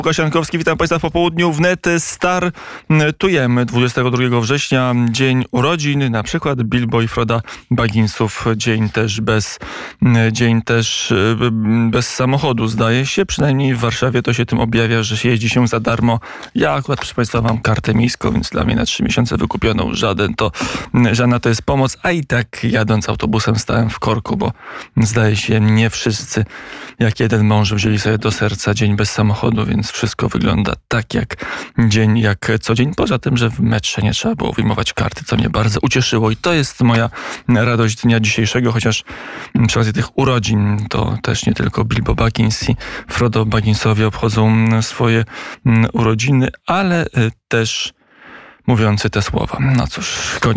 Łukasz Jankowski, witam Państwa po południu. Wnet startujemy 22 września, dzień urodzin, na przykład Bilbo i Froda Bagginsów, dzień też bez samochodu, zdaje się. Przynajmniej w Warszawie to się tym objawia, że jeździ się za darmo. Ja akurat, proszę Państwa, mam kartę miejską, więc dla mnie na 3 miesiące wykupioną. Żadna to jest pomoc, a i tak jadąc autobusem stałem w korku, bo zdaje się nie wszyscy jak jeden mąż wzięli sobie do serca dzień bez samochodu, więc wszystko wygląda tak jak dzień, jak co dzień. Poza tym, że w metrze nie trzeba było wyjmować karty, co mnie bardzo ucieszyło i to jest moja radość dnia dzisiejszego, chociaż przy okazji tych urodzin to też nie tylko Bilbo Baggins i Frodo Bagginsowie obchodzą swoje urodziny, ale też mówiący te słowa. No cóż,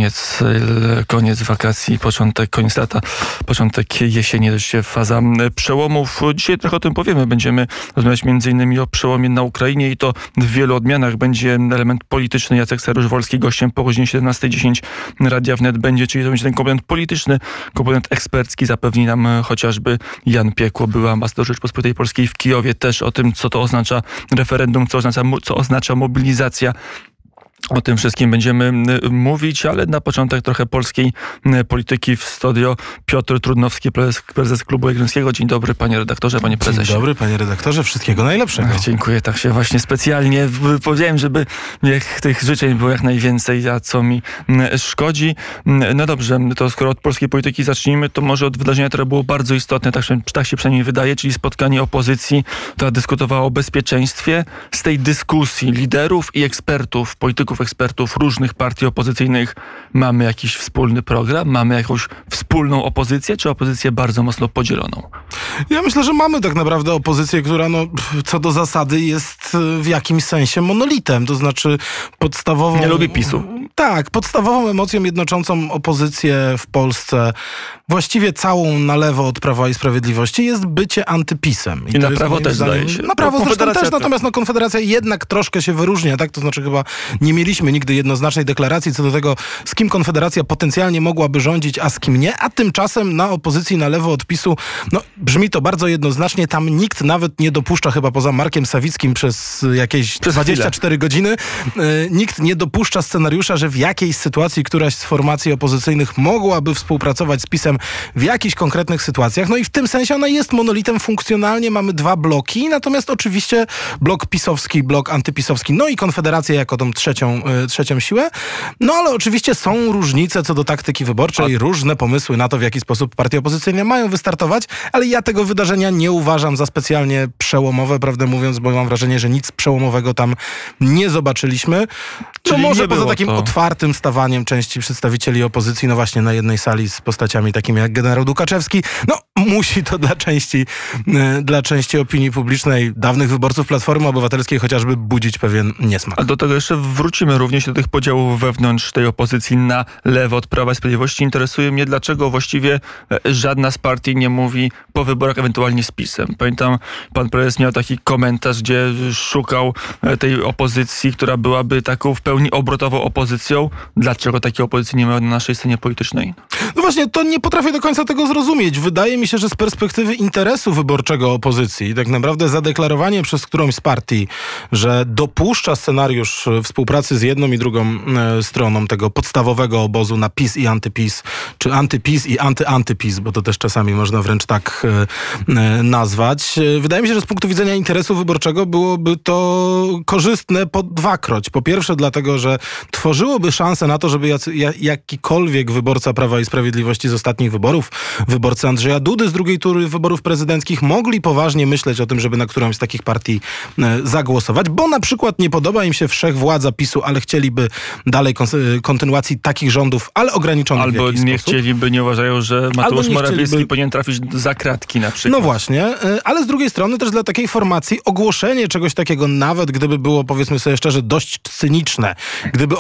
koniec wakacji, koniec lata, początek jesieni, to się faza przełomów. Dzisiaj trochę o tym powiemy. Będziemy rozmawiać m.in. o przełomie na Ukrainie i to w wielu odmianach. Będzie element polityczny. Jacek Saryusz-Wolski gościem po godzinie 17:10 Radia Wnet będzie, czyli to będzie ten komponent polityczny, komponent ekspercki. Zapewni nam chociażby Jan Piekło, były ambasador Rzeczypospolitej Polskiej w Kijowie, też o tym, co to oznacza referendum, co oznacza mobilizacja. O tym wszystkim będziemy mówić, ale na początek trochę polskiej polityki. W studio Piotr Trudnowski, prezes Klubu Jagiellońskiego. Dzień dobry, panie redaktorze, panie prezesie. Dzień dobry, panie redaktorze. Wszystkiego najlepszego. Dziękuję. Tak się właśnie specjalnie powiedziałem, żeby tych życzeń było jak najwięcej, a co mi szkodzi. No dobrze, to skoro od polskiej polityki zacznijmy, to może od wydarzenia, które było bardzo istotne, tak się przynajmniej wydaje, czyli spotkanie opozycji, która dyskutowała o bezpieczeństwie. Z tej dyskusji liderów i ekspertów, polityków, ekspertów różnych partii opozycyjnych mamy jakiś wspólny program? Mamy jakąś wspólną opozycję, czy opozycję bardzo mocno podzieloną? Ja myślę, że mamy tak naprawdę opozycję, która co do zasady jest w jakimś sensie monolitem, to znaczy podstawową... Nie lubi PiS-u. Tak, podstawową emocją jednoczącą opozycję w Polsce, właściwie całą na lewo od Prawa i Sprawiedliwości, jest bycie antypisem. I na prawo też zdaje się. Na prawo zresztą też, natomiast Konfederacja jednak troszkę się wyróżnia, tak? To znaczy chyba nie mieliśmy nigdy jednoznacznej deklaracji co do tego, z kim Konfederacja potencjalnie mogłaby rządzić, a z kim nie, a tymczasem na opozycji na lewo od PiS-u, brzmi to bardzo jednoznacznie, tam nikt nawet nie dopuszcza, chyba poza Markiem Sawickim przez jakieś 24 godziny, nikt nie dopuszcza scenariusza, że w jakiejś sytuacji któraś z formacji opozycyjnych mogłaby współpracować z PiS-em w jakichś konkretnych sytuacjach. No i w tym sensie ona jest monolitem funkcjonalnie. Mamy dwa bloki, natomiast oczywiście blok pisowski, blok antypisowski, no i Konfederacja jako tą trzecią siłę. No ale oczywiście są różnice co do taktyki wyborczej, różne pomysły na to, w jaki sposób partie opozycyjne mają wystartować, ale ja tego wydarzenia nie uważam za specjalnie przełomowe, prawdę mówiąc, bo mam wrażenie, że nic przełomowego tam nie zobaczyliśmy. Czyli może poza takim otwartym stawaniem części przedstawicieli opozycji, no właśnie na jednej sali z postaciami takimi jak generał Dukaczewski, musi to dla części opinii publicznej, dawnych wyborców Platformy Obywatelskiej chociażby budzić pewien niesmak. A do tego jeszcze wrócimy również do tych podziałów wewnątrz tej opozycji na lewo od Prawa i Sprawiedliwości. Interesuje mnie, dlaczego właściwie żadna z partii nie mówi po wyborach ewentualnie z PiS-em. Pamiętam, pan prezes miał taki komentarz, gdzie szukał tej opozycji, która byłaby taką w pełni obrotową opozycją. Dlaczego takiej opozycji nie ma na naszej scenie politycznej? No właśnie, to nie potrafię do końca tego zrozumieć. Wydaje mi się, że z perspektywy interesu wyborczego opozycji, tak naprawdę zadeklarowanie przez którąś z partii, że dopuszcza scenariusz współpracy z jedną i drugą stroną tego podstawowego obozu na PiS i antyPiS, czy antyPiS i antyPiS, bo to też czasami można wręcz tak nazwać. Wydaje mi się, że z punktu widzenia interesu wyborczego byłoby to korzystne po dwakroć. Po pierwsze dlatego, że tworzyłoby szansę na to, żeby jakikolwiek wyborca Prawa i Sprawiedliwości z ostatnich wyborów, wyborcy Andrzeja Dudy z drugiej tury wyborów prezydenckich mogli poważnie myśleć o tym, żeby na którąś z takich partii zagłosować, bo na przykład nie podoba im się wszechwładza PiS-u, ale chcieliby dalej kontynuacji takich rządów, ale ograniczonych w jakiś nie sposób. chcieliby, nie uważają, że Mateusz Morawiecki powinien trafić za kratki na przykład. No właśnie, ale z drugiej strony też dla takiej formacji ogłoszenie czegoś takiego, nawet gdyby było, powiedzmy sobie szczerze, dość cyniczne, gdyby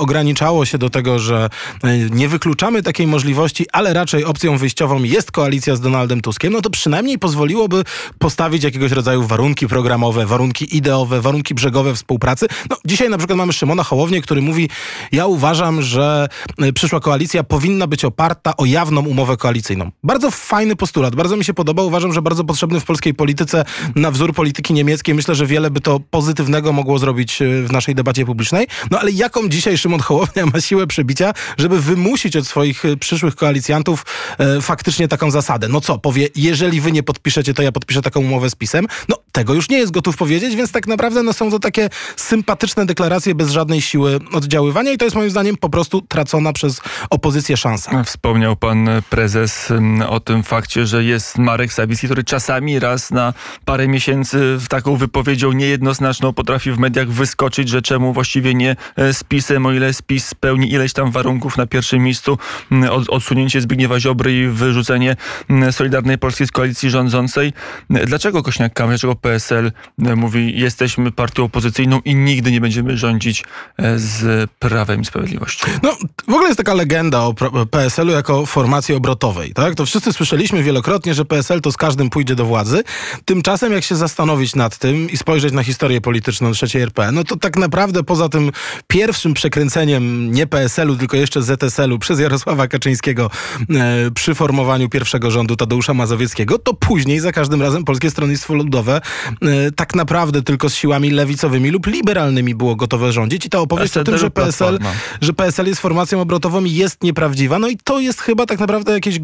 przyzwyczajało się do tego, że nie wykluczamy takiej możliwości, ale raczej opcją wyjściową jest koalicja z Donaldem Tuskiem, no to przynajmniej pozwoliłoby postawić jakiegoś rodzaju warunki programowe, warunki ideowe, warunki brzegowe współpracy. No, dzisiaj na przykład mamy Szymona Hołownię, który mówi: ja uważam, że przyszła koalicja powinna być oparta o jawną umowę koalicyjną. Bardzo fajny postulat, bardzo mi się podoba. Uważam, że bardzo potrzebny w polskiej polityce na wzór polityki niemieckiej. Myślę, że wiele by to pozytywnego mogło zrobić w naszej debacie publicznej. No ale jaką dzisiaj Szymon Hołownia ma siłę przebicia, żeby wymusić od swoich przyszłych koalicjantów faktycznie taką zasadę? No co, powie: jeżeli wy nie podpiszecie, to ja podpiszę taką umowę z PiS-em? No tego już nie jest gotów powiedzieć, więc tak naprawdę no, są to takie sympatyczne deklaracje bez żadnej siły oddziaływania i to jest moim zdaniem po prostu tracona przez opozycję szansa. Wspomniał pan prezes o tym fakcie, że jest Marek Sawicki, który czasami raz na parę miesięcy w taką wypowiedzią niejednoznaczną potrafi w mediach wyskoczyć, że czemu właściwie nie z PiS-em, o ile PiS spełni ileś tam warunków na pierwszym miejscu, odsunięcie Zbigniewa Ziobry i wyrzucenie Solidarnej Polski z koalicji rządzącej. Dlaczego Kosiniak-Kamysz, dlaczego PSL mówi: jesteśmy partią opozycyjną i nigdy nie będziemy rządzić z Prawem i Sprawiedliwością? No, w ogóle jest taka legenda o PSL-u jako formacji obrotowej, tak? To wszyscy słyszeliśmy wielokrotnie, że PSL to z każdym pójdzie do władzy. Tymczasem jak się zastanowić nad tym i spojrzeć na historię polityczną III RP, no to tak naprawdę poza tym pierwszym przekręceniem nie PSL-u, tylko jeszcze ZSL-u przez Jarosława Kaczyńskiego przy formowaniu pierwszego rządu Tadeusza Mazowieckiego, to później za każdym razem Polskie Stronnictwo Ludowe tak naprawdę tylko z siłami lewicowymi lub liberalnymi było gotowe rządzić i ta opowieść o tym, że PSL jest formacją obrotową, jest nieprawdziwa. No i to jest chyba tak naprawdę jakieś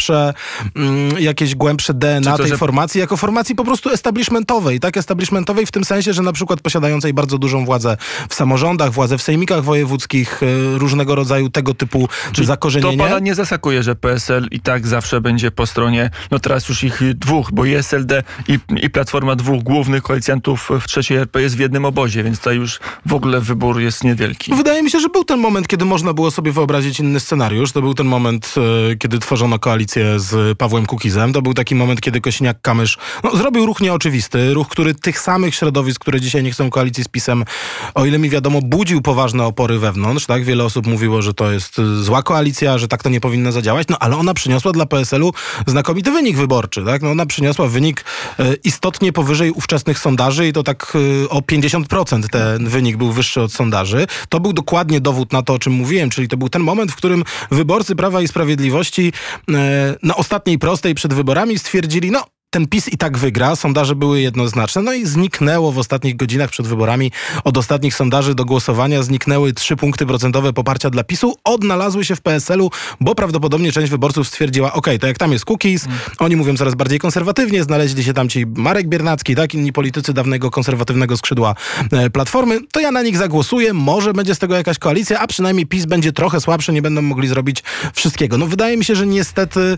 głębsze DNA tej formacji, jako formacji po prostu establishmentowej, tak? Establishmentowej w tym sensie, że na przykład posiadającej bardzo dużą władzę w samorządach, władzę w sejmikach wojewódzkich, różnego rodzaju tego typu zakorzenienie. To pana nie zasakuje, że PSL i tak zawsze będzie po stronie, no teraz już ich dwóch, bo i SLD i Platforma, dwóch głównych koalicjantów w III RP jest w jednym obozie, więc tutaj już w ogóle wybór jest niewielki. Wydaje mi się, że był ten moment, kiedy można było sobie wyobrazić inny scenariusz. To był ten moment, kiedy tworzono koalicję z Pawłem Kukizem. To był taki moment, kiedy Kosiniak-Kamysz zrobił ruch nieoczywisty. Ruch, który tych samych środowisk, które dzisiaj nie chcą koalicji z PiS-em, o ile mi wiadomo, budził poważne opory wewnątrz. Tak? Wiele osób mówiło, że to jest zła koalicja, że tak to nie powinno zadziałać. No ale ona przyniosła dla PSL-u znakomity wynik wyborczy. Tak? No, ona przyniosła wynik istotnie powyżej ówczesnych sondaży i to tak o 50% ten wynik był wyższy od sondaży. To był dokładnie dowód na to, o czym mówiłem, czyli to był ten moment, w którym wyborcy Prawa i Sprawiedliwości na ostatniej prostej przed wyborami stwierdzili: no, ten PiS i tak wygra, sondaże były jednoznaczne, no i zniknęło w ostatnich godzinach przed wyborami od ostatnich sondaży do głosowania, zniknęły 3 punkty procentowe poparcia dla PiS-u, odnalazły się w PSL-u, bo prawdopodobnie część wyborców stwierdziła: okej, to jak tam jest Kukiz, oni mówią coraz bardziej konserwatywnie, znaleźli się tam ci Marek Biernacki, tak, inni politycy dawnego konserwatywnego skrzydła Platformy, to ja na nich zagłosuję, może będzie z tego jakaś koalicja, a przynajmniej PiS będzie trochę słabszy, nie będą mogli zrobić wszystkiego. No wydaje mi się, że niestety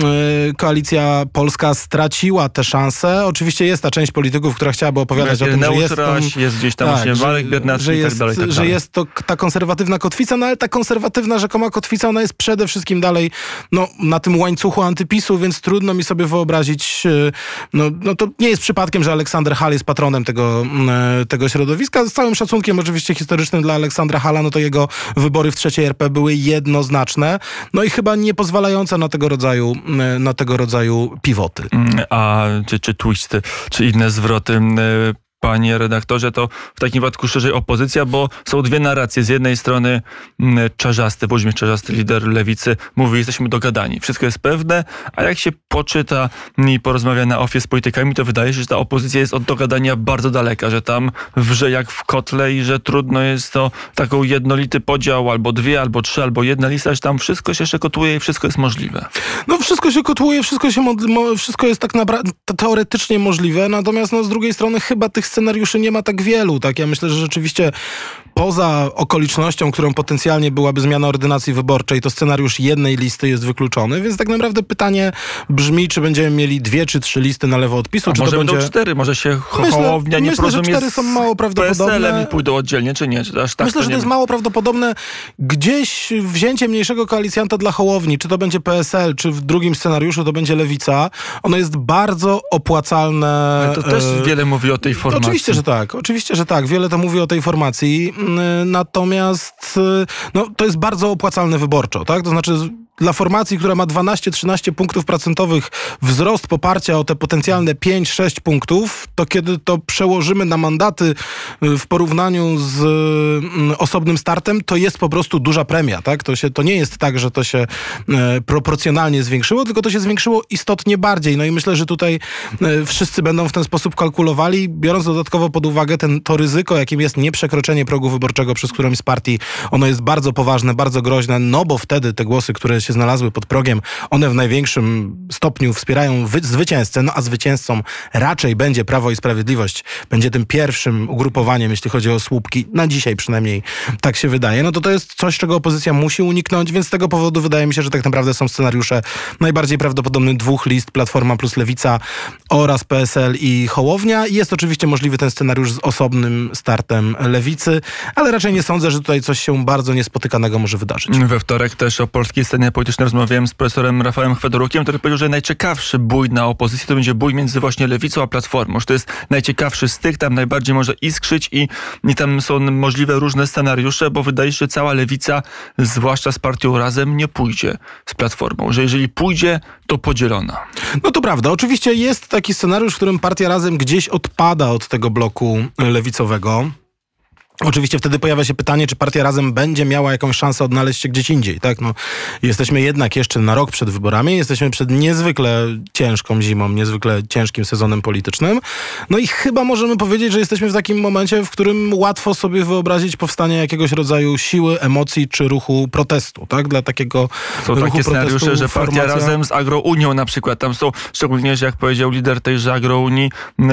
Koalicja Polska straciła tę szansę. Oczywiście jest ta część polityków, która chciałaby opowiadać o tym, że jest gdzieś tam właśnie Marek Biernacki i tak dalej. Że jest to ta konserwatywna kotwica, no ale ta konserwatywna rzekoma kotwica, ona jest przede wszystkim dalej na tym łańcuchu antypisu, więc trudno mi sobie wyobrazić, no to nie jest przypadkiem, że Aleksander Hall jest patronem tego środowiska. Z całym szacunkiem oczywiście historycznym dla Aleksandra Halla, no to jego wybory w III RP były jednoznaczne, no i chyba nie pozwalające na tego rodzaju pivoty. Czy twisty, czy inne zwroty, panie redaktorze, to w takim wypadku szerzej opozycja, bo są dwie narracje. Z jednej strony Włodzimierz Czarzasty, lider lewicy, mówi: jesteśmy dogadani, wszystko jest pewne, a jak się poczyta i porozmawia na ofie z politykami, to wydaje się, że ta opozycja jest od dogadania bardzo daleka, że tam wrze jak w kotle i że trudno jest to taką jednolity podział, albo dwie, albo trzy, albo jedna lista, że tam wszystko się jeszcze kotłuje i wszystko jest możliwe. No wszystko się kotłuje, wszystko jest tak naprawdę teoretycznie możliwe, natomiast z drugiej strony chyba tych scenariuszy nie ma tak wielu. Tak? Ja myślę, że rzeczywiście poza okolicznością, którą potencjalnie byłaby zmiana ordynacji wyborczej, to scenariusz jednej listy jest wykluczony, więc tak naprawdę pytanie brzmi, czy będziemy mieli 2 czy 3 listy na lewo od PiS-u, czy może to będą będzie 4, może się Hołownia nie porozumieć. Myślę, że 4 są mało prawdopodobne. PSL-em i pójdą oddzielnie, czy nie? Czy aż tak myślę, że to jest mało prawdopodobne. Gdzieś wzięcie mniejszego koalicjanta dla Hołowni, czy to będzie PSL, czy w drugim scenariuszu to będzie Lewica, ono jest bardzo opłacalne. To też wiele mówi o tej formacji. formacji. Oczywiście, że tak. Wiele to mówi o tej formacji, natomiast to jest bardzo opłacalne wyborczo, tak? To znaczy dla formacji, która ma 12-13 punktów procentowych wzrost poparcia o te potencjalne 5-6 punktów, to kiedy to przełożymy na mandaty w porównaniu z osobnym startem, to jest po prostu duża premia, tak? To nie jest tak, że to się proporcjonalnie zwiększyło, tylko to się zwiększyło istotnie bardziej. No i myślę, że tutaj wszyscy będą w ten sposób kalkulowali, biorąc dodatkowo pod uwagę to ryzyko, jakim jest nieprzekroczenie progu wyborczego przez którąś z partii. Ono jest bardzo poważne, bardzo groźne, no bo wtedy te głosy, które się znalazły pod progiem, one w największym stopniu wspierają zwycięzcę, a zwycięzcą raczej będzie Prawo i Sprawiedliwość. Będzie tym pierwszym ugrupowaniem, jeśli chodzi o słupki. Na dzisiaj przynajmniej tak się wydaje. No to jest coś, czego opozycja musi uniknąć, więc z tego powodu wydaje mi się, że tak naprawdę są scenariusze najbardziej prawdopodobne dwóch list, Platforma plus Lewica oraz PSL i Hołownia. Jest oczywiście możliwy ten scenariusz z osobnym startem Lewicy, ale raczej nie sądzę, że tutaj coś się bardzo niespotykanego może wydarzyć. We wtorek też o polskiej scenie politycznej rozmawiałem z profesorem Rafałem Chwedorukiem, który powiedział, że najciekawszy bój na opozycji to będzie bój między właśnie Lewicą a Platformą, że to jest najciekawszy z tych, tam najbardziej może iskrzyć i tam są możliwe różne scenariusze, bo wydaje się, że cała Lewica, zwłaszcza z partią Razem, nie pójdzie z Platformą, że jeżeli pójdzie, to podzielona. No to prawda. Oczywiście jest taki scenariusz, w którym partia Razem gdzieś odpada od tego bloku lewicowego. Oczywiście wtedy pojawia się pytanie, czy partia Razem będzie miała jakąś szansę odnaleźć się gdzieś indziej, tak? Jesteśmy jednak jeszcze na rok przed wyborami, jesteśmy przed niezwykle ciężką zimą, niezwykle ciężkim sezonem politycznym. No i chyba możemy powiedzieć, że jesteśmy w takim momencie, w którym łatwo sobie wyobrazić powstanie jakiegoś rodzaju siły, emocji czy ruchu protestu, tak? Dla takiego są ruchu takie scenariusze, że partia Razem z Agrounią na przykład, tam są, szczególnie, że jak powiedział lider tejże Agrounii,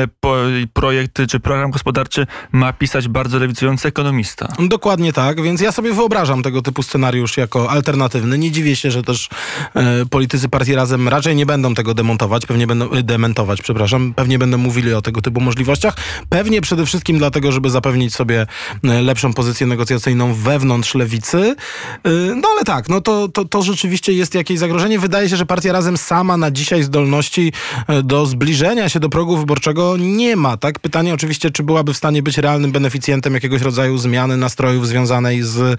projekt czy program gospodarczy ma pisać bardzo lewicujący ekonomista. Dokładnie tak, więc ja sobie wyobrażam tego typu scenariusz jako alternatywny. Nie dziwię się, że też politycy partii Razem raczej nie będą tego dementować, pewnie będą mówili o tego typu możliwościach. Pewnie przede wszystkim dlatego, żeby zapewnić sobie lepszą pozycję negocjacyjną wewnątrz lewicy. No ale tak, to rzeczywiście jest jakieś zagrożenie. Wydaje się, że partia Razem sama na dzisiaj zdolności do zbliżenia się do progu wyborczego nie ma. Tak? Pytanie oczywiście, czy byłaby w stanie być realnym beneficjentem jakiegoś rodzaju zmiany nastrojów związanej z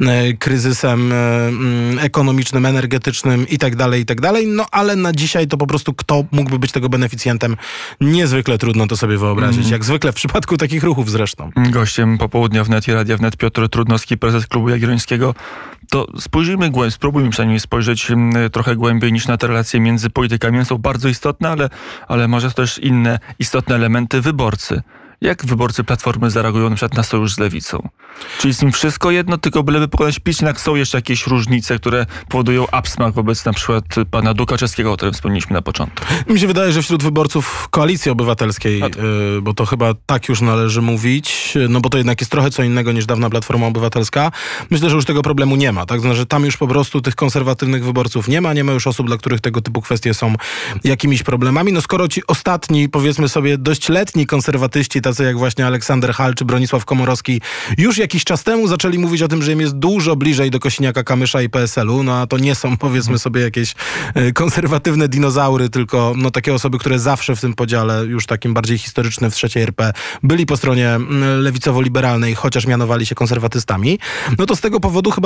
kryzysem ekonomicznym, energetycznym i tak dalej. No ale na dzisiaj to po prostu kto mógłby być tego beneficjentem? Niezwykle trudno to sobie wyobrazić. Jak zwykle w przypadku takich ruchów zresztą. Gościem popołudnia wnet i Radia Wnet Piotr Trudnowski, prezes Klubu Jagiellońskiego. To spróbujmy przynajmniej spojrzeć trochę głębiej niż na te relacje między politykami. One są bardzo istotne, ale może to też inne istotne elementy wyborcy. Jak wyborcy Platformy zareagują na przykład na sojusz z Lewicą? Czy jest im wszystko jedno, tylko byleby pokonać PiS, jednak są jeszcze jakieś różnice, które powodują absmak wobec na przykład pana Dukaczewskiego, o którym wspomnieliśmy na początku? Mi się wydaje, że wśród wyborców Koalicji Obywatelskiej, bo to chyba tak już należy mówić, no bo to jednak jest trochę co innego niż dawna Platforma Obywatelska, myślę, że już tego problemu nie ma. Tak? Znaczy, że tam już po prostu tych konserwatywnych wyborców nie ma już osób, dla których tego typu kwestie są jakimiś problemami. No skoro ci ostatni, powiedzmy sobie, dość letni konserwatyści, tacy jak właśnie Aleksander Hall czy Bronisław Komorowski, już jakiś czas temu zaczęli mówić o tym, że im jest dużo bliżej do Kosiniaka-Kamysza i PSL-u, no a to nie są, powiedzmy sobie, jakieś konserwatywne dinozaury, tylko takie osoby, które zawsze w tym podziale, już takim bardziej historycznym w III RP, byli po stronie lewicowo-liberalnej, chociaż mianowali się konserwatystami. No to z tego powodu chyba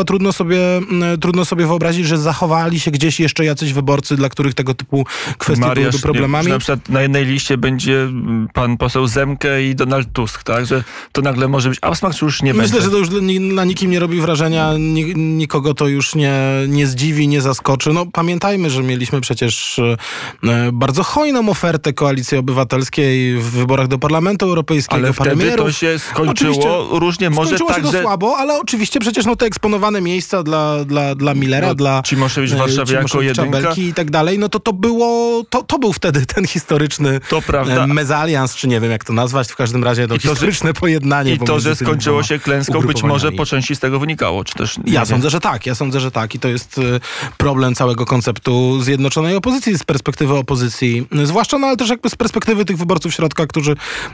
trudno sobie wyobrazić, że zachowali się gdzieś jeszcze jacyś wyborcy, dla których tego typu kwestie byłyby problemami. Na przykład na jednej liście będzie pan poseł Zemke i Donald Tusk, tak? Że to nagle może być absmak, czy już nie będzie? Myślę, że to już na nikim nie robi wrażenia, nikogo to już nie zdziwi, nie zaskoczy. No pamiętajmy, że mieliśmy przecież bardzo hojną ofertę Koalicji Obywatelskiej w wyborach do Parlamentu Europejskiego. Ale wtedy to się skończyło różnie, może tak, się to słabo, ale oczywiście przecież te eksponowane miejsca dla Millera, dla Cimoszewicz w Warszawie jako jedynka i tak dalej, no to był wtedy ten historyczny mezalians, czy nie wiem jak to nazwać, w każdym razie historyczne pojednanie. I to, że skończyło się klęską, być może po części z tego wynikało, czy też Ja sądzę, że tak i to jest problem całego konceptu zjednoczonej opozycji z perspektywy opozycji, zwłaszcza, ale też jakby z perspektywy tych wyborców środka, którzy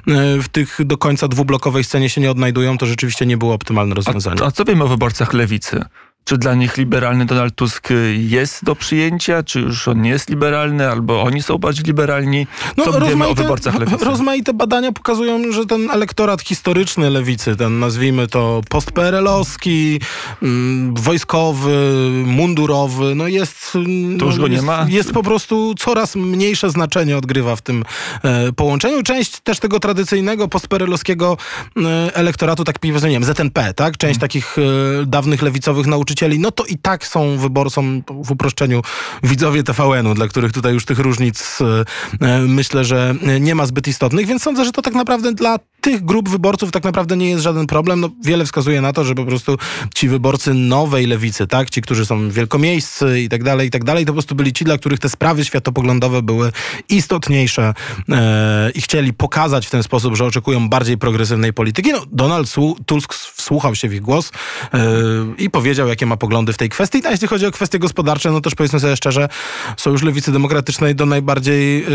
w tych do końca dwublokowej scenie się nie odnajdują, to rzeczywiście nie było optymalne rozwiązanie. A co wiemy o wyborcach Lewicy? Czy dla nich liberalny Donald Tusk jest do przyjęcia? Czy już on nie jest liberalny? Albo oni są bardziej liberalni? Co wiemy o wyborcach lewicy? Rozmaite badania pokazują, że ten elektorat historyczny lewicy, ten nazwijmy to post-PRL-owski, wojskowy, mundurowy, no jest... To już go nie ma? Jest po prostu coraz mniejsze znaczenie odgrywa w tym połączeniu. Część też tego tradycyjnego post-PRL-owskiego elektoratu, tak powiedzmy, ZNP, tak? Część takich dawnych lewicowych nauczycieli, no to i tak są wyborcą w uproszczeniu widzowie TVN-u, dla których tutaj już tych różnic myślę, że nie ma zbyt istotnych, więc sądzę, że to tak naprawdę dla tych grup wyborców tak naprawdę nie jest żaden problem. No, wiele wskazuje na to, że po prostu ci wyborcy nowej lewicy, tak, ci, którzy są wielkomiejscy i tak dalej, to po prostu byli ci, dla których te sprawy światopoglądowe były istotniejsze i chcieli pokazać w ten sposób, że oczekują bardziej progresywnej polityki. No, Donald Tusk wsłuchał się w ich głos i powiedział, jakie ma poglądy w tej kwestii. A jeśli chodzi o kwestie gospodarcze, no też powiedzmy sobie szczerze, Sojusz Lewicy Demokratycznej do najbardziej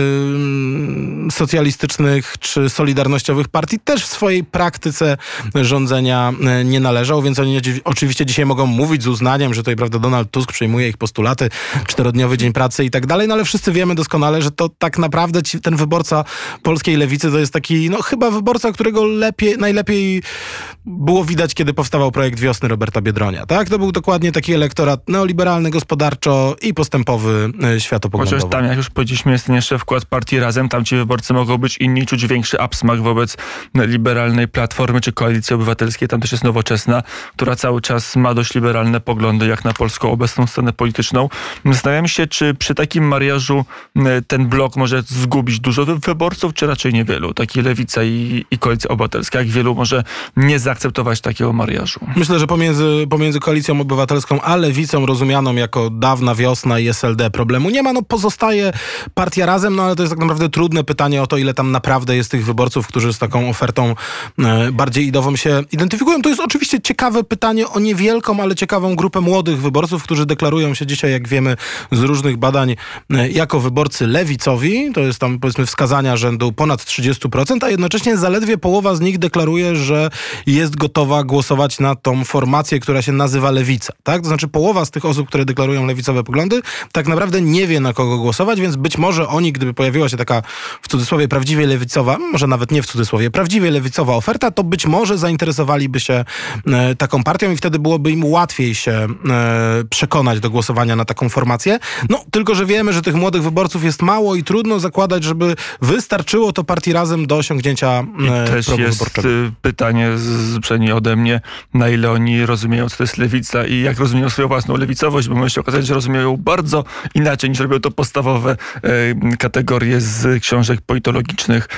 socjalistycznych czy solidarnościowych partii też w swojej praktyce rządzenia nie należał, więc oni oczywiście dzisiaj mogą mówić z uznaniem, że tutaj, prawda, Donald Tusk przyjmuje ich postulaty, 4-dniowy dzień pracy i tak dalej, no ale wszyscy wiemy doskonale, że to tak naprawdę ten wyborca polskiej lewicy to jest taki, no chyba wyborca, którego najlepiej było widać, kiedy powstawał projekt Wiosny Roberta Biedronia, tak? To był dokładnie taki elektorat neoliberalny gospodarczo i postępowy światopoglądowo. Chociaż tam, jak już powiedzieliśmy, jest ten jeszcze wkład partii Razem, tam ci wyborcy mogą być inni, czuć większy absmak wobec liberalnej Platformy czy Koalicji Obywatelskiej. Tam też jest Nowoczesna, która cały czas ma dość liberalne poglądy, jak na polską obecną scenę polityczną. Zastanawiam się, czy przy takim mariażu ten blok może zgubić dużo wyborców, czy raczej niewielu? Taki Lewica i Koalicja Obywatelska. Jak wielu może nie zaakceptować takiego mariażu? Myślę, że pomiędzy Koalicją Obywatelską a Lewicą, rozumianą jako dawna Wiosna i SLD, problemu nie ma. No pozostaje partia Razem, no ale to jest tak naprawdę trudne pytanie o to, ile tam naprawdę jest tych wyborców, którzy z taką ofertą bardziej idową się identyfikują. To jest oczywiście ciekawe pytanie o niewielką, ale ciekawą grupę młodych wyborców, którzy deklarują się dzisiaj, jak wiemy z różnych badań, jako wyborcy lewicowi. To jest tam, powiedzmy, wskazania rzędu ponad 30%, a jednocześnie zaledwie połowa z nich deklaruje, że jest gotowa głosować na tą formację, która się nazywa Lewica. Tak? To znaczy połowa z tych osób, które deklarują lewicowe poglądy, tak naprawdę nie wie, na kogo głosować, więc być może oni, gdyby pojawiła się taka, w cudzysłowie, prawdziwie lewicowa, może nawet nie w cudzysłowie, prawdziwie lewicowa oferta, to być może zainteresowaliby się taką partią i wtedy byłoby im łatwiej się przekonać do głosowania na taką formację. No, tylko że wiemy, że tych młodych wyborców jest mało i trudno zakładać, żeby wystarczyło to partii Razem do osiągnięcia progu wyborczego. Pytanie przynajmniej ode mnie, na ile oni rozumieją, co to jest lewica i jak rozumieją swoją własną lewicowość, bo może się okazać, że rozumieją bardzo inaczej niż robią to podstawowe kategorie z książek politologicznych.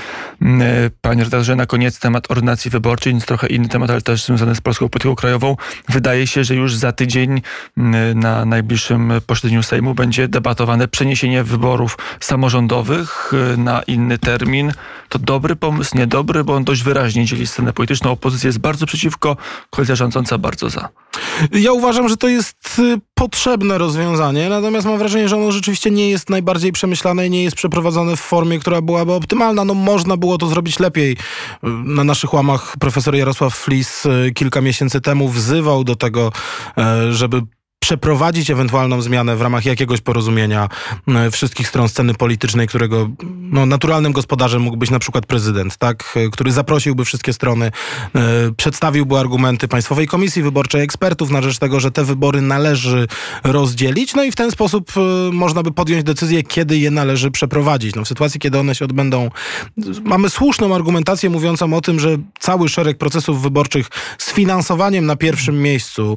Panie redaktorze, na koniec temat ordynacji wyborczej, nic trochę inny temat, ale też związany z polską polityką krajową. Wydaje się, że już za tydzień na najbliższym posiedzeniu Sejmu będzie debatowane przeniesienie wyborów samorządowych na inny termin. To dobry pomysł, niedobry, bo on dość wyraźnie dzieli scenę polityczną. Opozycja jest bardzo przeciwko, koalicja rządząca bardzo za. Ja uważam, że to jest potrzebne rozwiązanie, natomiast mam wrażenie, że ono rzeczywiście nie jest najbardziej przemyślane i nie jest przeprowadzone w formie, która byłaby optymalna. No można było to zrobić lepiej. Na naszych łamach profesor Jarosław Flis kilka miesięcy temu wzywał do tego, żeby przeprowadzić ewentualną zmianę w ramach jakiegoś porozumienia wszystkich stron sceny politycznej, którego naturalnym gospodarzem mógł być na przykład prezydent, tak, który zaprosiłby wszystkie strony, przedstawiłby argumenty Państwowej Komisji Wyborczej, ekspertów na rzecz tego, że te wybory należy rozdzielić, no i w ten sposób można by podjąć decyzję, kiedy je należy przeprowadzić. No, w sytuacji, kiedy one się odbędą, mamy słuszną argumentację mówiącą o tym, że cały szereg procesów wyborczych z finansowaniem na pierwszym miejscu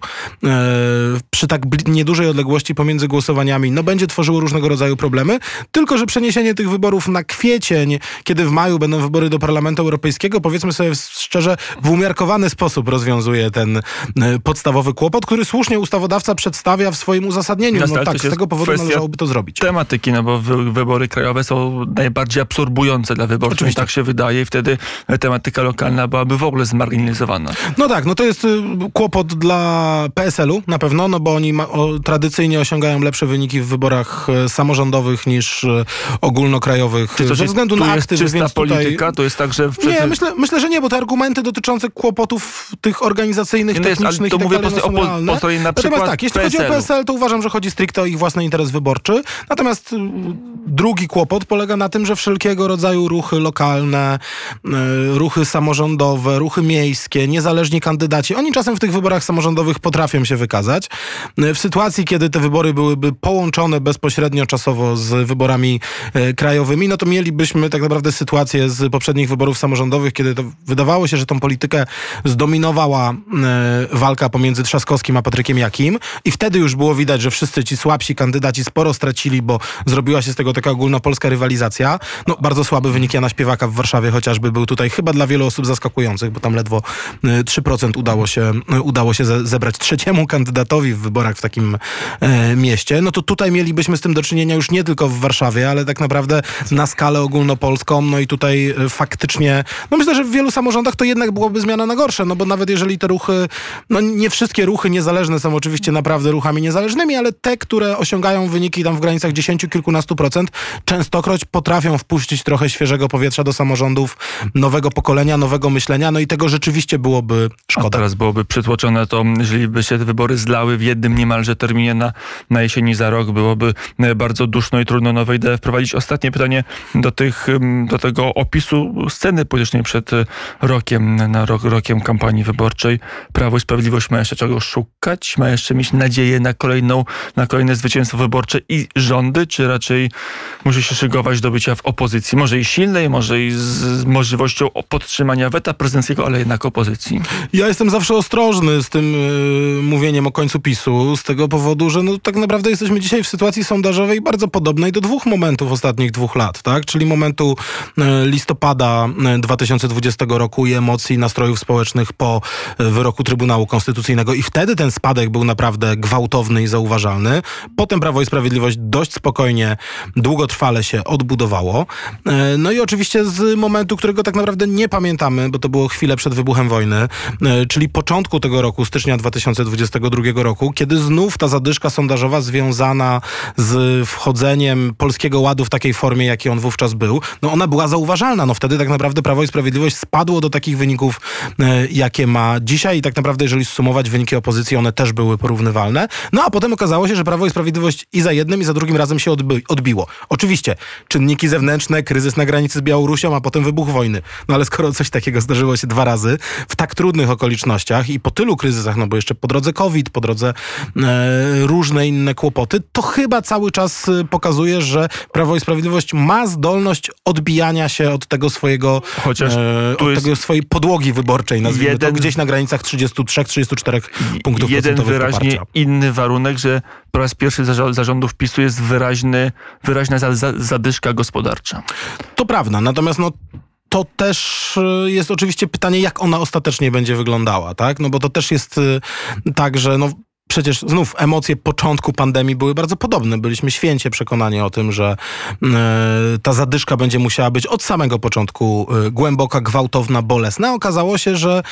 przy tak niedużej odległości pomiędzy głosowaniami, będzie tworzyło różnego rodzaju problemy, tylko że przeniesienie tych wyborów na kwiecień, kiedy w maju będą wybory do Parlamentu Europejskiego, powiedzmy sobie szczerze, w umiarkowany sposób rozwiązuje ten podstawowy kłopot, który słusznie ustawodawca przedstawia w swoim uzasadnieniu. No tak, z tego powodu należałoby to zrobić. Tematyki, bo wybory krajowe są najbardziej absorbujące dla wyborców. Oczywiście. Tak się wydaje i wtedy tematyka lokalna byłaby w ogóle zmarginalizowana. No tak, to jest kłopot dla PSL-u na pewno, bo oni oni tradycyjnie osiągają lepsze wyniki w wyborach samorządowych niż ogólnokrajowych. Ze względu na aktyw, czysta więc polityka? To jest tak, że... Nie, myślę, że nie, bo te argumenty dotyczące kłopotów tych organizacyjnych, technicznych to i tak mówię dalej są realne. Natomiast tak, jeśli chodzi o PSL, to uważam, że chodzi stricte o ich własny interes wyborczy. Natomiast drugi kłopot polega na tym, że wszelkiego rodzaju ruchy lokalne, ruchy samorządowe, ruchy miejskie, niezależni kandydaci, oni czasem w tych wyborach samorządowych potrafią się wykazać. W sytuacji, kiedy te wybory byłyby połączone bezpośrednio czasowo z wyborami krajowymi, no to mielibyśmy tak naprawdę sytuację z poprzednich wyborów samorządowych, kiedy to wydawało się, że tą politykę zdominowała walka pomiędzy Trzaskowskim a Patrykiem Jakim i wtedy już było widać, że wszyscy ci słabsi kandydaci sporo stracili, bo zrobiła się z tego taka ogólnopolska rywalizacja. No, bardzo słaby wynik Jana Śpiewaka w Warszawie chociażby był tutaj chyba dla wielu osób zaskakujących, bo tam ledwo 3% udało się zebrać trzeciemu kandydatowi w wyborach w takim mieście. No to tutaj mielibyśmy z tym do czynienia już nie tylko w Warszawie, ale tak naprawdę na skalę ogólnopolską. No i tutaj faktycznie, no myślę, że w wielu samorządach to jednak byłoby zmiana na gorsze, no bo nawet jeżeli te ruchy, no nie wszystkie ruchy niezależne są oczywiście naprawdę ruchami niezależnymi, ale te, które osiągają wyniki tam w granicach 10, kilkunastu procent, częstokroć potrafią wpuścić trochę świeżego powietrza do samorządów, nowego pokolenia, nowego myślenia, no i tego rzeczywiście byłoby szkoda. A teraz byłoby przytłoczone to, jeżeli by się te wybory zlały w jednym niemalże terminie na jesieni za rok, byłoby bardzo duszno i trudno nowe idee wprowadzić. Ostatnie pytanie do tego opisu sceny politycznej przed rokiem, rokiem kampanii wyborczej. Prawo i Sprawiedliwość ma jeszcze czego szukać? Ma jeszcze mieć nadzieję na kolejne zwycięstwo wyborcze i rządy, czy raczej musi się szykować do bycia w opozycji? Może i silnej, może i z możliwością podtrzymania weta prezydenckiego, ale jednak opozycji. Ja jestem zawsze ostrożny z tym mówieniem o końcu PiS-u, z tego powodu, że no, tak naprawdę jesteśmy dzisiaj w sytuacji sondażowej bardzo podobnej do dwóch momentów ostatnich 2 lat, tak? Czyli momentu listopada 2020 roku i emocji, nastrojów społecznych po wyroku Trybunału Konstytucyjnego i wtedy ten spadek był naprawdę gwałtowny i zauważalny. Potem Prawo i Sprawiedliwość dość spokojnie, długotrwale się odbudowało. No i oczywiście z momentu, którego tak naprawdę nie pamiętamy, bo to było chwilę przed wybuchem wojny, czyli początku tego roku, stycznia 2022 roku, kiedy znów ta zadyszka sondażowa związana z wchodzeniem Polskiego Ładu w takiej formie, jaki on wówczas był, no ona była zauważalna. No wtedy tak naprawdę Prawo i Sprawiedliwość spadło do takich wyników, jakie ma dzisiaj i tak naprawdę jeżeli zsumować wyniki opozycji, one też były porównywalne. No a potem okazało się, że Prawo i Sprawiedliwość i za jednym, i za drugim razem się odbiło. Oczywiście czynniki zewnętrzne, kryzys na granicy z Białorusią, a potem wybuch wojny. No ale skoro coś takiego zdarzyło się 2 razy w tak trudnych okolicznościach i po tylu kryzysach, no bo jeszcze po drodze COVID, po drodze różne inne kłopoty, to chyba cały czas pokazuje, że Prawo i Sprawiedliwość ma zdolność odbijania się od tego swojego, swojej podłogi wyborczej, nazwijmy to, gdzieś na granicach 33-34 punktów jeden procentowych wyraźnie poparcia. Inny warunek, że po raz pierwszy zarządów PiS-u jest wyraźna zadyszka gospodarcza. To prawda, natomiast to też jest oczywiście pytanie, jak ona ostatecznie będzie wyglądała, tak? No bo to też jest tak, że przecież znów emocje początku pandemii były bardzo podobne. Byliśmy święcie przekonani o tym, że ta zadyszka będzie musiała być od samego początku głęboka, gwałtowna, bolesna. Okazało się, że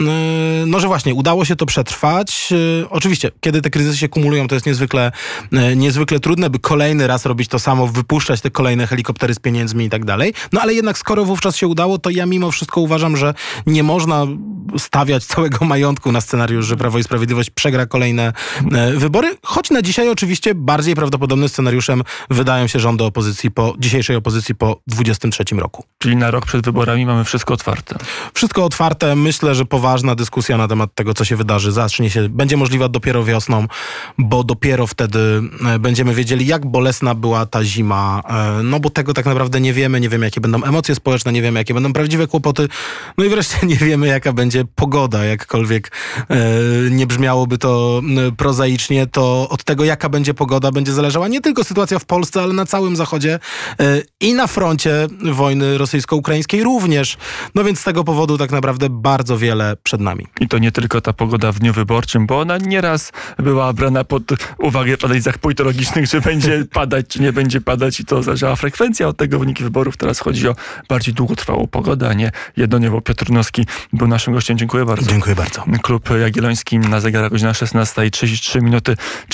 właśnie udało się to przetrwać. Oczywiście, kiedy te kryzysy się kumulują, to jest niezwykle trudne, by kolejny raz robić to samo, wypuszczać te kolejne helikoptery z pieniędzmi i tak dalej. No ale jednak skoro wówczas się udało, to ja mimo wszystko uważam, że nie można stawiać całego majątku na scenariusz, że Prawo i Sprawiedliwość przegra kolejne wybory, choć na dzisiaj oczywiście bardziej prawdopodobnym scenariuszem wydają się rządy dzisiejszej opozycji po 23 roku. Czyli na rok przed wyborami mamy wszystko otwarte. Wszystko otwarte. Myślę, że poważna dyskusja na temat tego, co się wydarzy, będzie możliwa dopiero wiosną, bo dopiero wtedy będziemy wiedzieli, jak bolesna była ta zima. No bo tego tak naprawdę nie wiemy. Nie wiemy, jakie będą emocje społeczne, nie wiemy, jakie będą prawdziwe kłopoty. No i wreszcie nie wiemy, jaka będzie pogoda. Jakkolwiek nie brzmiałoby to prozaicznie, to od tego, jaka będzie pogoda, będzie zależała nie tylko sytuacja w Polsce, ale na całym Zachodzie i na froncie wojny rosyjsko-ukraińskiej również. No więc z tego powodu tak naprawdę bardzo wiele przed nami. I to nie tylko ta pogoda w dniu wyborczym, bo ona nieraz była brana pod uwagę w analizach politologicznych, że będzie padać, czy nie będzie padać i to zależała frekwencja od tego wyniki wyborów. Teraz chodzi o bardziej długotrwałą pogodę, a nie jednodniowo. Piotr Nowski był naszym gościem. Dziękuję bardzo. Dziękuję bardzo. Klub Jagielloński, na zegarach godzina 16. 17:33